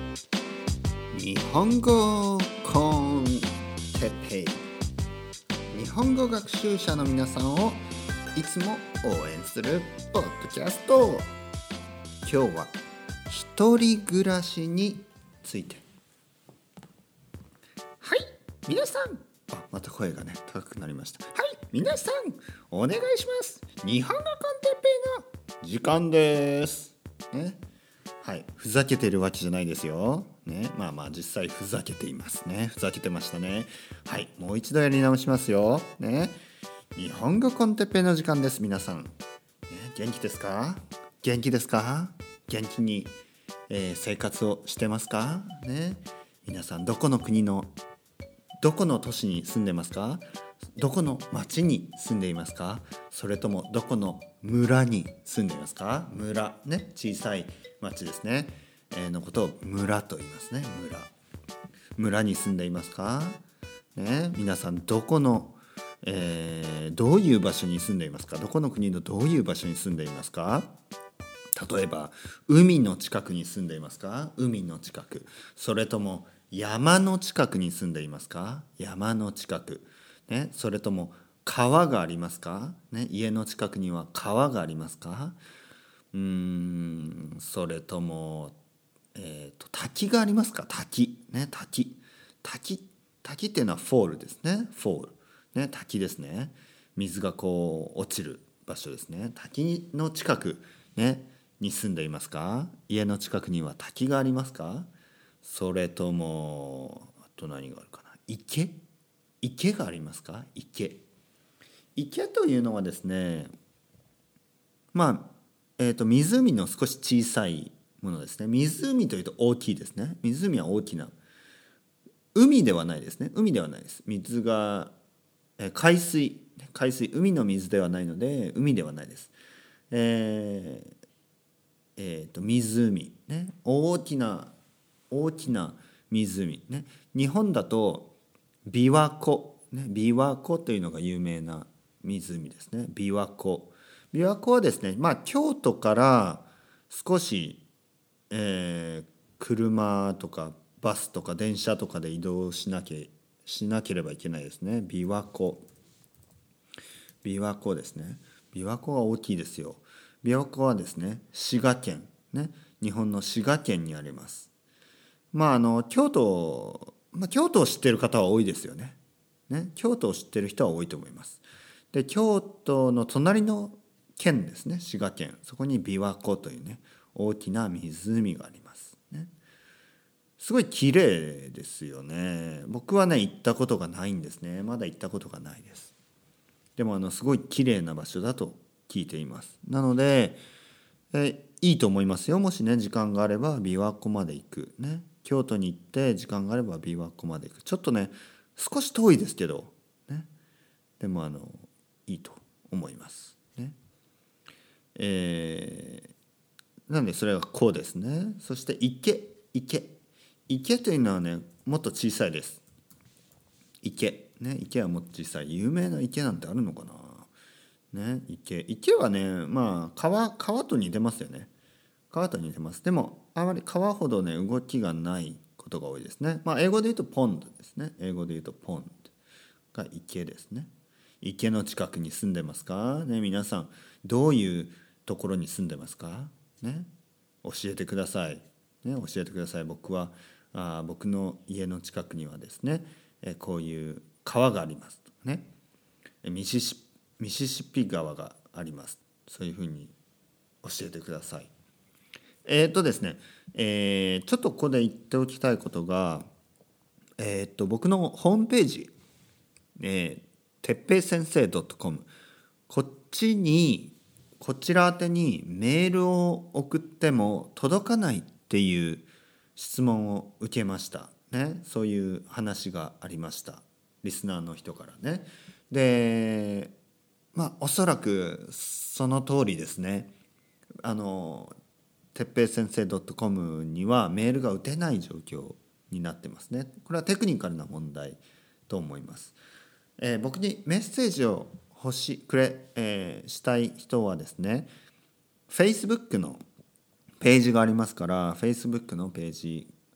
日本語コンテッペイ、日本語学習者の皆さんをいつも応援するポッドキャスト。今日は一人暮らしについて。はい、皆さん、また声がね高くなりました。はい、皆さんお願いします。日本語コンテッペイの時間ですね。はい、ふざけてるわけじゃないですよ、ね、実際ふざけていますね。ふざけてましたね。はい、もう一度やり直しますよ、ね、日本語コンテッペイの時間です。皆さん、ね、元気ですか？元気ですか？元気に、生活をしてますか、ね、皆さんどこの国のどこの都市に住んでますか？どこの町に住んでいますか？それともどこの村に住んでいますか？村ね、小さい町ですね、のことを村と言いますね。村に住んでいますか、ね、皆さんどこの、どういう場所に住んでいますか？どこの国のどういう場所に住んでいますか？例えば海の近くに住んでいますか？海の近く。それとも山の近くに住んでいますか？山の近く、ね、それとも川がありますか、ね、家の近くには川がありますか？それとも、滝がありますか？滝、ね、滝っていうのはフォールですね。フォール、ね、滝ですね。水がこう落ちる場所ですね。滝の近く、ね、に住んでいますか？家の近くには滝がありますか？それともあと何があるかな。池がありますか？池というのはですね、湖の少し小さいものですね。湖というと大きいですね。湖は大きな。海ではないですね。海ではないです。水が、海水、海の水ではないので海ではないです。湖、ね、大きな湖、ね、日本だと琵琶湖、ね、琵琶湖というのが有名な湖ですね。琵琶湖はですね、京都から少し、車とかバスとか電車とかで移動しなければいけないですね。琵琶湖ですね。琵琶湖は大きいですよ。琵琶湖はですね、滋賀県、ね、日本の滋賀県にあります。京都を知っている方は多いですよね。京都を知っている人は多いと思います。で、京都の隣の県ですね、滋賀県。そこに琵琶湖というね、大きな湖があります。ね、すごい綺麗ですよね。僕はね、行ったことがないんですね。まだ行ったことがないです。でもすごい綺麗な場所だと聞いています。なので、いいと思いますよ。もしね、時間があれば琵琶湖まで行く、ね、京都に行って時間があれば琵琶湖まで行く。ちょっとね、少し遠いですけど、ね、でもいいと思います、ね。なんでそれがこうですね。そして池というのはね、もっと小さいです。池はもっと小さい。有名な池なんてあるのかな、ね、池はね、川と似てますよね。川と似てます。でもあまり川ほどね、動きがないことが多いですね。英語で言うとポンドですね。英語で言うとポンドが池ですね。池の近くに住んでますか、ね、皆さんどういうところに住んでますか、ね、教えてください、ね、教えてください。僕の家の近くにはですね、こういう川がありますとかね、ミシシッピ川があります。そういうふうに教えてください。ですね、ちょっとここで言っておきたいことが、僕のホームページ、てっぺい先生 .com、 こちら宛てにメールを送っても届かないっていう質問を受けました、ね、そういう話がありました。リスナーの人からね。で、おそらくその通りですね。てっぺい先生 .com にはメールが打てない状況になってますね。これはテクニカルな問題と思います。僕にメッセージをしたい人はですね、Facebook のページがありますから、Facebook のページ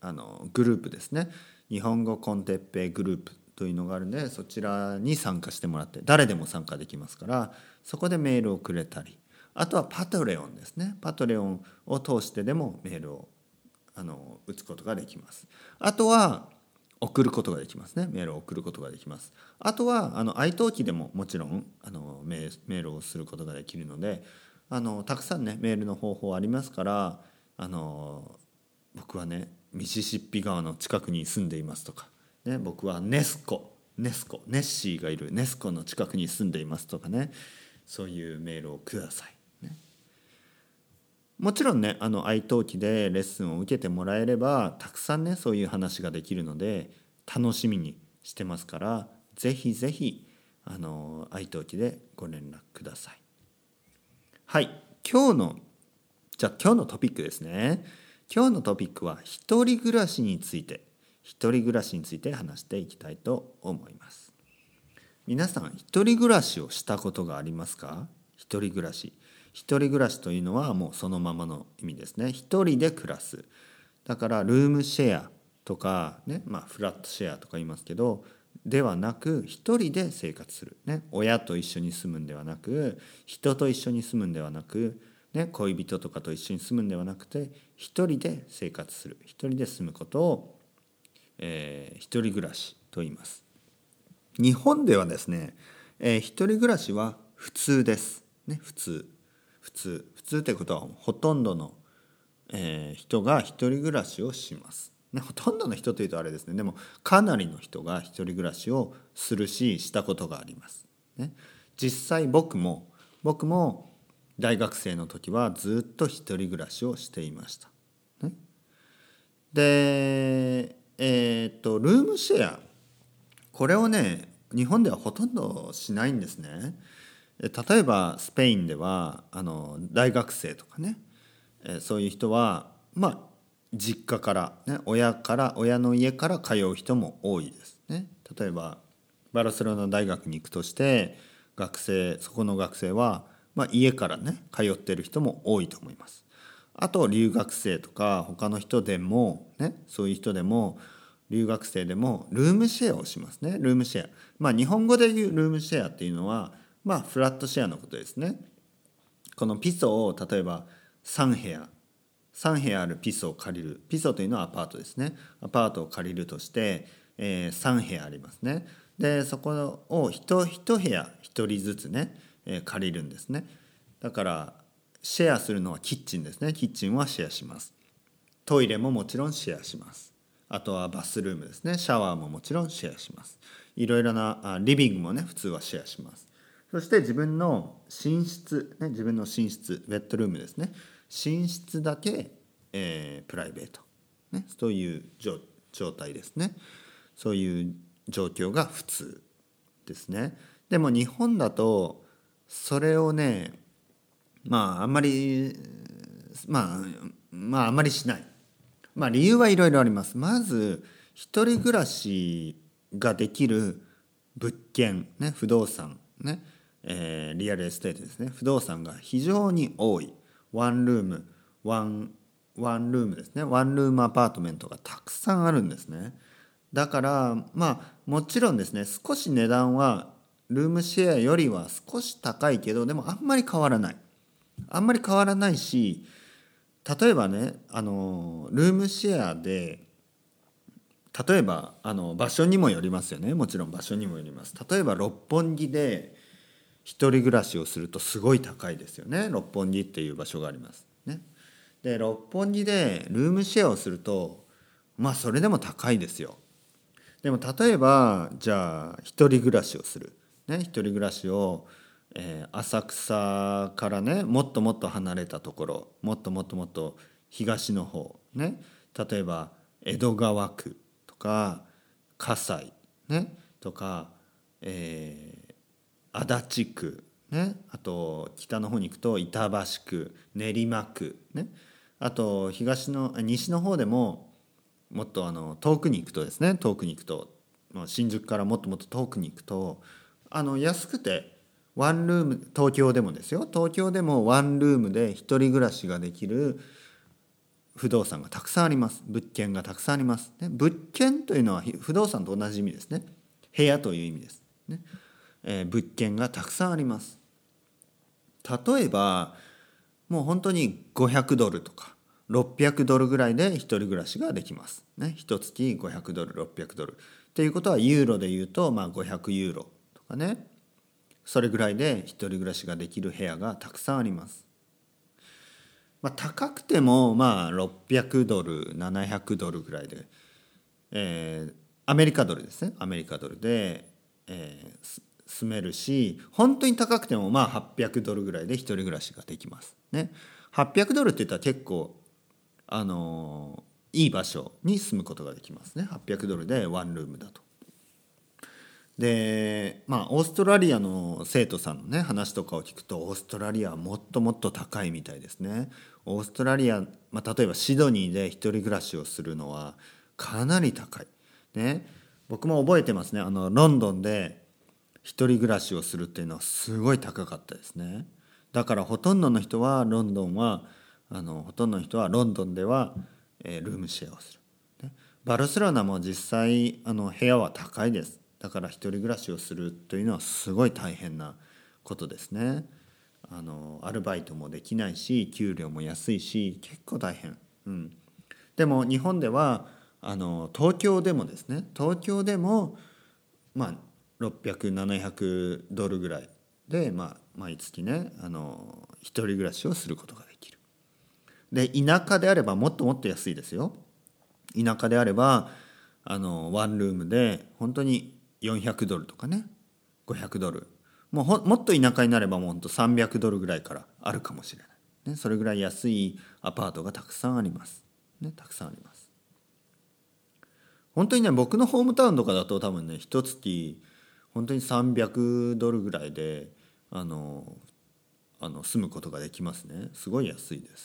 グループですね、日本語コンテッペイグループというのがあるんで、そちらに参加してもらって、誰でも参加できますから、そこでメールをくれたり、あとはパトレオンですね、パトレオンを通してでもメールを打つことができます。あとは送ることができますね。メールを送ることができます。あとはiTalki でももちろんメールをすることができるので、たくさんねメールの方法ありますから、僕はねミシシッピ川の近くに住んでいますとか、ね、僕はネッシーがいるネスコの近くに住んでいますとかね、そういうメールをください、ね。もちろんねiTalki でレッスンを受けてもらえればたくさんねそういう話ができるので楽しみにしてますから、ぜひぜひiTalki でご連絡ください。はい、今日のトピックですね。今日のトピックは一人暮らしについて話していきたいと思います。皆さん一人暮らしをしたことがありますか？一人暮らしというのはもうそのままの意味ですね。一人で暮らす。だからルームシェアとかね、フラットシェアとか言いますけど、ではなく一人で生活する、ね、親と一緒に住むんではなく、人と一緒に住むんではなく、ね、恋人とかと一緒に住むんではなくて、一人で生活する、一人で住むことを、一人暮らしと言います。日本ではですね、一人暮らしは普通です、ね、普通ということはほとんどの、人が一人暮らしをします、ね。ほとんどの人というとあれですね。でもかなりの人が一人暮らしをするししたことがあります、ね。実際僕も大学生の時はずっと一人暮らしをしていました、ね。でルームシェア、これをね日本ではほとんどしないんですね。例えばスペインでは大学生とかね、そういう人は実家から、ね、親の家から通う人も多いですね。例えばバルセロナ大学に行くとしてそこの学生は、家からね通ってる人も多いと思います。あと留学生とか他の人でもね、そういう人でも留学生でもルームシェアをしますね。ルームシェア、日本語でいうルームシェアっていうのはフラットシェアのことですね。このピソを例えば3部屋あるピソを借りる。ピソというのはアパートですね。アパートを借りるとして、3部屋ありますね。でそこを1部屋1人ずつね、借りるんですね。だからシェアするのはキッチンですね。キッチンはシェアします。トイレももちろんシェアします。あとはバスルームですね。シャワーももちろんシェアします。いろいろなリビングもね普通はシェアします。そして自分の寝室、ね、ベッドルームですね。寝室だけ、プライベート、ね、そういう状態ですね。そういう状況が普通ですね。でも日本だとそれをねあんまりあんまりしない。理由はいろいろあります。まず一人暮らしができる物件、ね、不動産、ね、リアルエステートですね。不動産が非常に多い。ワンルームですね。ワンルームアパートメントがたくさんあるんですね。だからもちろんですね、少し値段はルームシェアよりは少し高いけど、でもあんまり変わらないし、例えばねルームシェアで例えば場所にもよりますよね。もちろん場所にもよります。例えば六本木で一人暮らしをするとすごい高いですよね。六本木っていう場所がありますね。で六本木でルームシェアをするとそれでも高いですよ。でも例えばじゃあ一人暮らしをする、ね、一人暮らしを、浅草からねもっともっと離れたところ、もっと東の方ね、例えば江戸川区とか葛西ねとか、足立区ね、あと北の方に行くと板橋区、練馬区ね、あと西の方でももっと遠くに行くとですね、新宿からもっともっと遠くに行くと安くてワンルーム、東京でもワンルームで一人暮らしができる不動産がたくさんあります。物件がたくさんあります、ね、物件というのは不動産と同じ意味ですね。部屋という意味です、ね。物件がたくさんあります。例えばもう本当に$500とか$600ぐらいで一人暮らしができます、ね。一月$500、$600ということはユーロでいうと500ユーロとかね、それぐらいで一人暮らしができる部屋がたくさんあります。高くても$600、$700ぐらいで、アメリカドルですね。アメリカドルで、住めるし、本当に高くても$800ぐらいで一人暮らしができますね。$800って言ったら結構いい場所に住むことができますね。$800でワンルームだと。でオーストラリアの生徒さんのね話とかを聞くと、オーストラリアはもっともっと高いみたいですね。オーストラリア、例えばシドニーで一人暮らしをするのはかなり高いね。僕も覚えてますね。ロンドンで一人暮らしをするっていうのはすごい高かったですね。だからほとんどの人はロンドンでは、ルームシェアをする、ね。バルセロナも実際部屋は高いです。だから一人暮らしをするというのはすごい大変なことですね。アルバイトもできないし、給料も安いし、結構大変、でも日本では東京でもですね、東京でも600、$700ぐらいで、毎月ね一人暮らしをすることができる。で田舎であればもっともっと安いですよ。田舎であればワンルームで本当に$400とかね、$500、もっと田舎になればもう本当$300ぐらいからあるかもしれない、ね。それぐらい安いアパートがたくさんあります、ね。たくさんあります。本当にね、僕のホームタウンとかだと多分ね一月本当に$300ぐらいで住むことができますね。すごい安いです。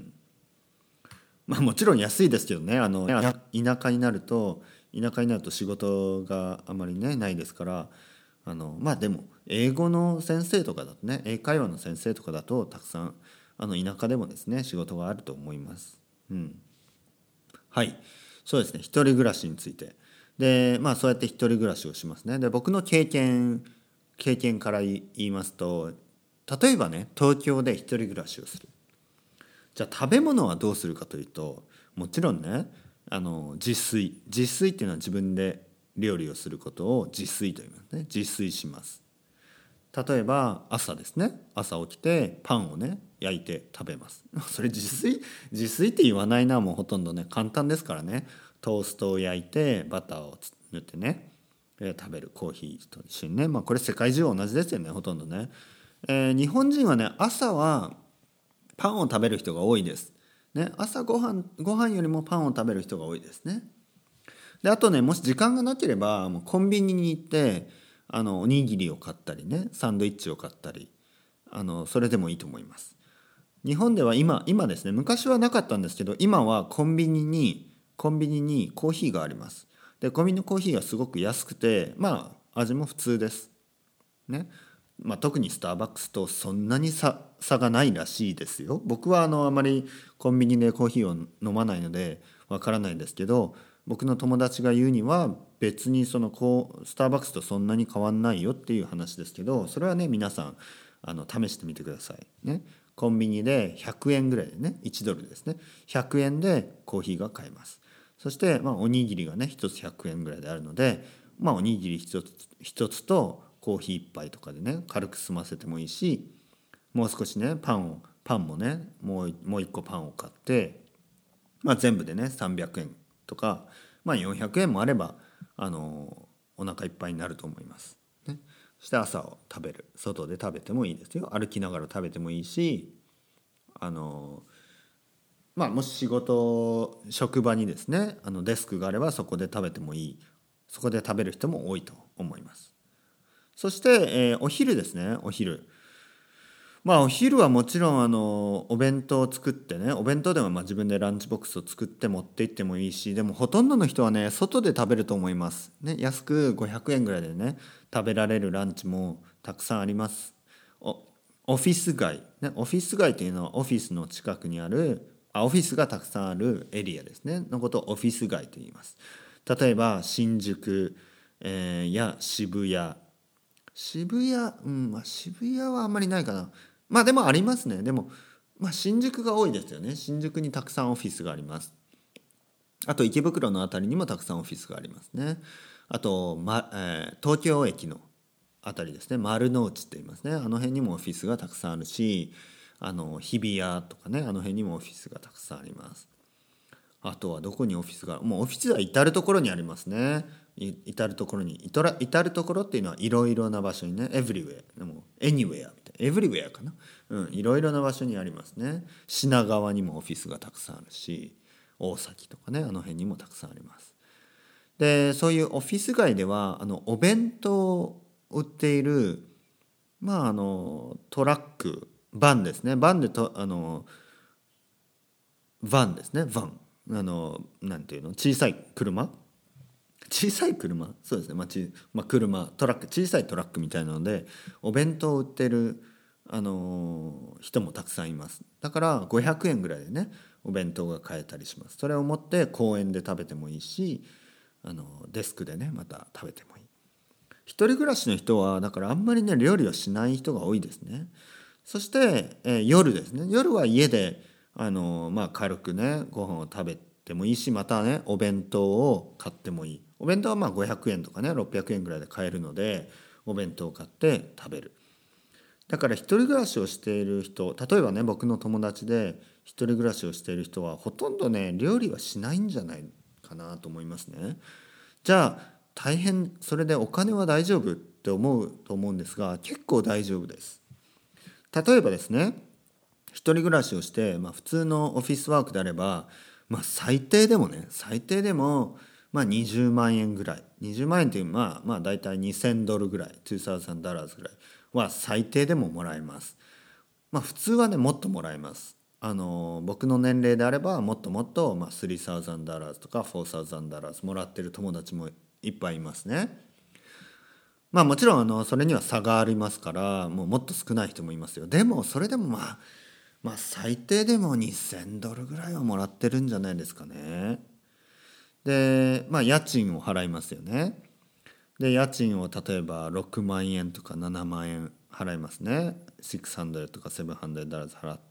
もちろん安いですけどね、田舎になると仕事があまりねないですから、でも英語の先生とかだとね、英会話の先生とかだとたくさん田舎でもですね仕事があると思います。はい、そうですね。一人暮らしについてで、そうやって一人暮らしをしますね。で僕の経験から言いますと、例えばね東京で一人暮らしをする。じゃあ食べ物はどうするかというと、もちろんね自炊っていうのは自分で料理をすることを自炊と言いますね。自炊します。例えば朝ですね、朝起きてパンをね焼いて食べます。それ自炊って言わないな。もうほとんどね簡単ですからね。トーストを焼いてバターを塗ってね、食べる。コーヒーと一緒にね。これ世界中同じですよね、ほとんどね。日本人はね朝はパンを食べる人が多いです、ね。朝ご飯よりもパンを食べる人が多いですね。であとね、もし時間がなければもうコンビニに行っておにぎりを買ったりね、サンドイッチを買ったりそれでもいいと思います。日本では今ですね、昔はなかったんですけど、今はコンビニにコーヒーがあります。でコンビニのコーヒーがすごく安くて味も普通ですね。特にスターバックスとそんなに差がないらしいですよ。僕はあまりコンビニでコーヒーを飲まないのでわからないんですけど、僕の友達が言うには別にスターバックスとそんなに変わんないよっていう話ですけど、それはね皆さん試してみてくださいね。コンビニで100円ぐらいでね、$1ですね、100円でコーヒーが買えます。そしておにぎりがね1つ100円ぐらいであるので、おにぎり1つとコーヒー1杯とかでね軽く済ませてもいいし、もう少しねパンもねもう1個パンを買って、全部でね300円とか、400円もあればお腹いっぱいになると思います、ね。そして朝を食べる。外で食べてもいいですよ。歩きながら食べてもいいし、もし職場にですねデスクがあればそこで食べてもいい。そこで食べる人も多いと思います。そして、お昼ですね。お昼はもちろんお弁当を作ってね、お弁当でも自分でランチボックスを作って持って行ってもいいし、でもほとんどの人はね外で食べると思いますね。安く500円ぐらいでね食べられるランチもたくさんありますオフィス街ね。オフィス街というのはオフィスの近くにあるオフィスがたくさんあるエリアですねのことをオフィス街と言います。例えば新宿、や渋谷、渋谷はあんまりないかな。でもありますね。でも、新宿が多いですよね。新宿にたくさんオフィスがあります。あと池袋のあたりにもたくさんオフィスがありますね。あと、東京駅のあたりですね、丸の内って言いますね。あの辺にもオフィスがたくさんあるし、日比谷とかね、あの辺にもオフィスがたくさんあります。あとはどこにオフィスが、もうオフィスは至る所にありますね。至る所に、至る所っていうのはいろいろな場所にね、everywhere、でも anywhere みたいな、everywhere かな、いろいろな場所にありますね。品川にもオフィスがたくさんあるし、大崎とかね、あの辺にもたくさんあります。で、そういうオフィス街ではお弁当を売っている、トラック、バンですね、バンでとバンですね、バン、なんていうの、小さい車、そうですね、車、トラック、小さいトラックみたいなのでお弁当を売ってる、人もたくさんいます。だから500円ぐらいでねお弁当が買えたりします。それを持って公園で食べてもいいし、デスクでねまた食べてもいい。一人暮らしの人はだからあんまりね料理はしない人が多いですね。そして、夜ですね。夜は家で軽くねご飯を食べてもいいし、またねお弁当を買ってもいい。お弁当は500円とかね600円ぐらいで買えるので、お弁当を買って食べる。だから一人暮らしをしている人、例えばね僕の友達で一人暮らしをしている人はほとんどね料理はしないんじゃないかなと思いますね。じゃあ大変、それでお金は大丈夫って思うと思うんですが、結構大丈夫です。例えばですね、一人暮らしをして、普通のオフィスワークであれば、最低でも20万円ぐらい、20万円っていう大体2000ドルぐらい、2000ドルぐらいは最低でももらえます。普通はねもっともらえます。僕の年齢であればもっともっと、3000ドルとか4000ドルもらってる友達もいっぱいいますね。もちろんそれには差がありますから、もっと少ない人もいますよ。でもそれでも最低でも2000ドルぐらいはもらってるんじゃないですかね。で家賃を払いますよね。で家賃を例えば6万円とか7万円払いますね。600とか700ドル払って、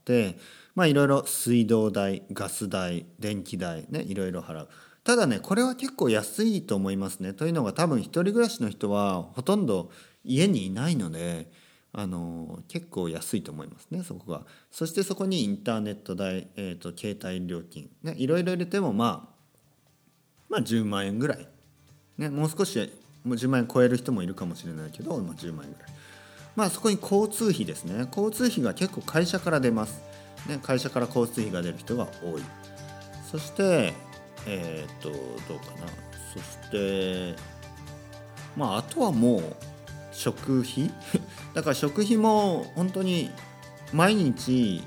いろいろ水道代、ガス代、電気代ね、いろいろ払う。ただねこれは結構安いと思いますね。というのが多分一人暮らしの人はほとんど家にいないので、結構安いと思いますね、そこが。そしてそこにインターネット代、携帯料金、ね、いろいろ入れても10万円ぐらい、ね、もう少しもう10万円超える人もいるかもしれないけど、10万円ぐらい。そこに交通費ですね。交通費が結構会社から出ます、ね、会社から交通費が出る人が多い。そしてどうかな。そしてあとはもう食費だから食費も本当に毎日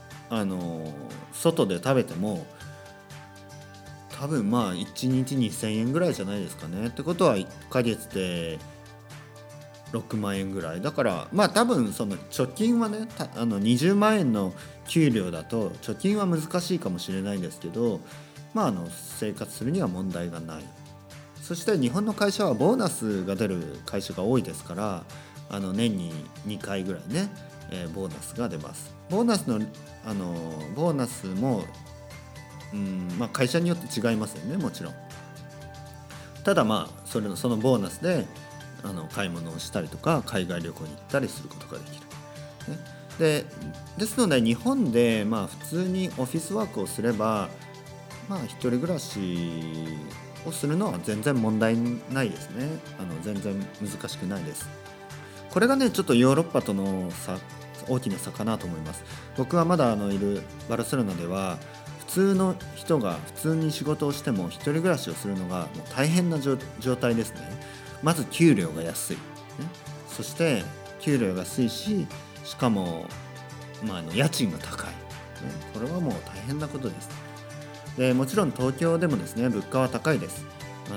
外で食べても多分1日2000円ぐらいじゃないですかね。ってことは1ヶ月で6万円ぐらいだから、多分その貯金はね20万円の給料だと貯金は難しいかもしれないんですけど、生活するには問題がない。そして日本の会社はボーナスが出る会社が多いですから、年に2回ぐらいね、ボーナスが出ます。ボーナスも、会社によって違いますよね、もちろん。ただそのボーナスで買い物をしたりとか海外旅行に行ったりすることができる、ね、ですので日本で普通にオフィスワークをすれば一人暮らしをするのは全然問題ないですね。全然難しくないです。これがねちょっとヨーロッパとの大きな差かなと思います。僕はまだいるバルセロナでは普通の人が普通に仕事をしても一人暮らしをするのがもう大変な状態ですね。まず給料が安い、ね、そして給料が安いし、しかも、家賃が高い、ね、これはもう大変なことです。でもちろん東京でもですね物価は高いです。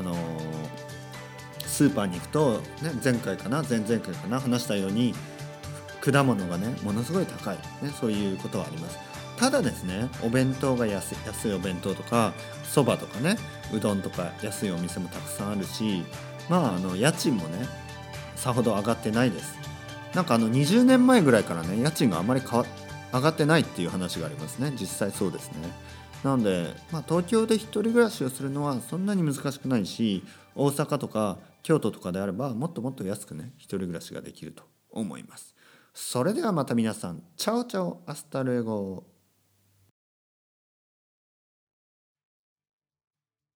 スーパーに行くと、ね、前々回かな話したように果物がねものすごい高い、ね、そういうことはあります。 ただですね、お弁当が安いお弁当とかそばとかね、うどんとか安いお店もたくさんあるし、家賃もねさほど上がってないです。なんか20年前ぐらいからね、家賃があまり上がってないっていう話がありますね。実際そうですね。なので、東京で一人暮らしをするのはそんなに難しくないし、大阪とか京都とかであればもっともっと安くね一人暮らしができると思います。それではまた皆さん、チャオチャオアスタルエゴ。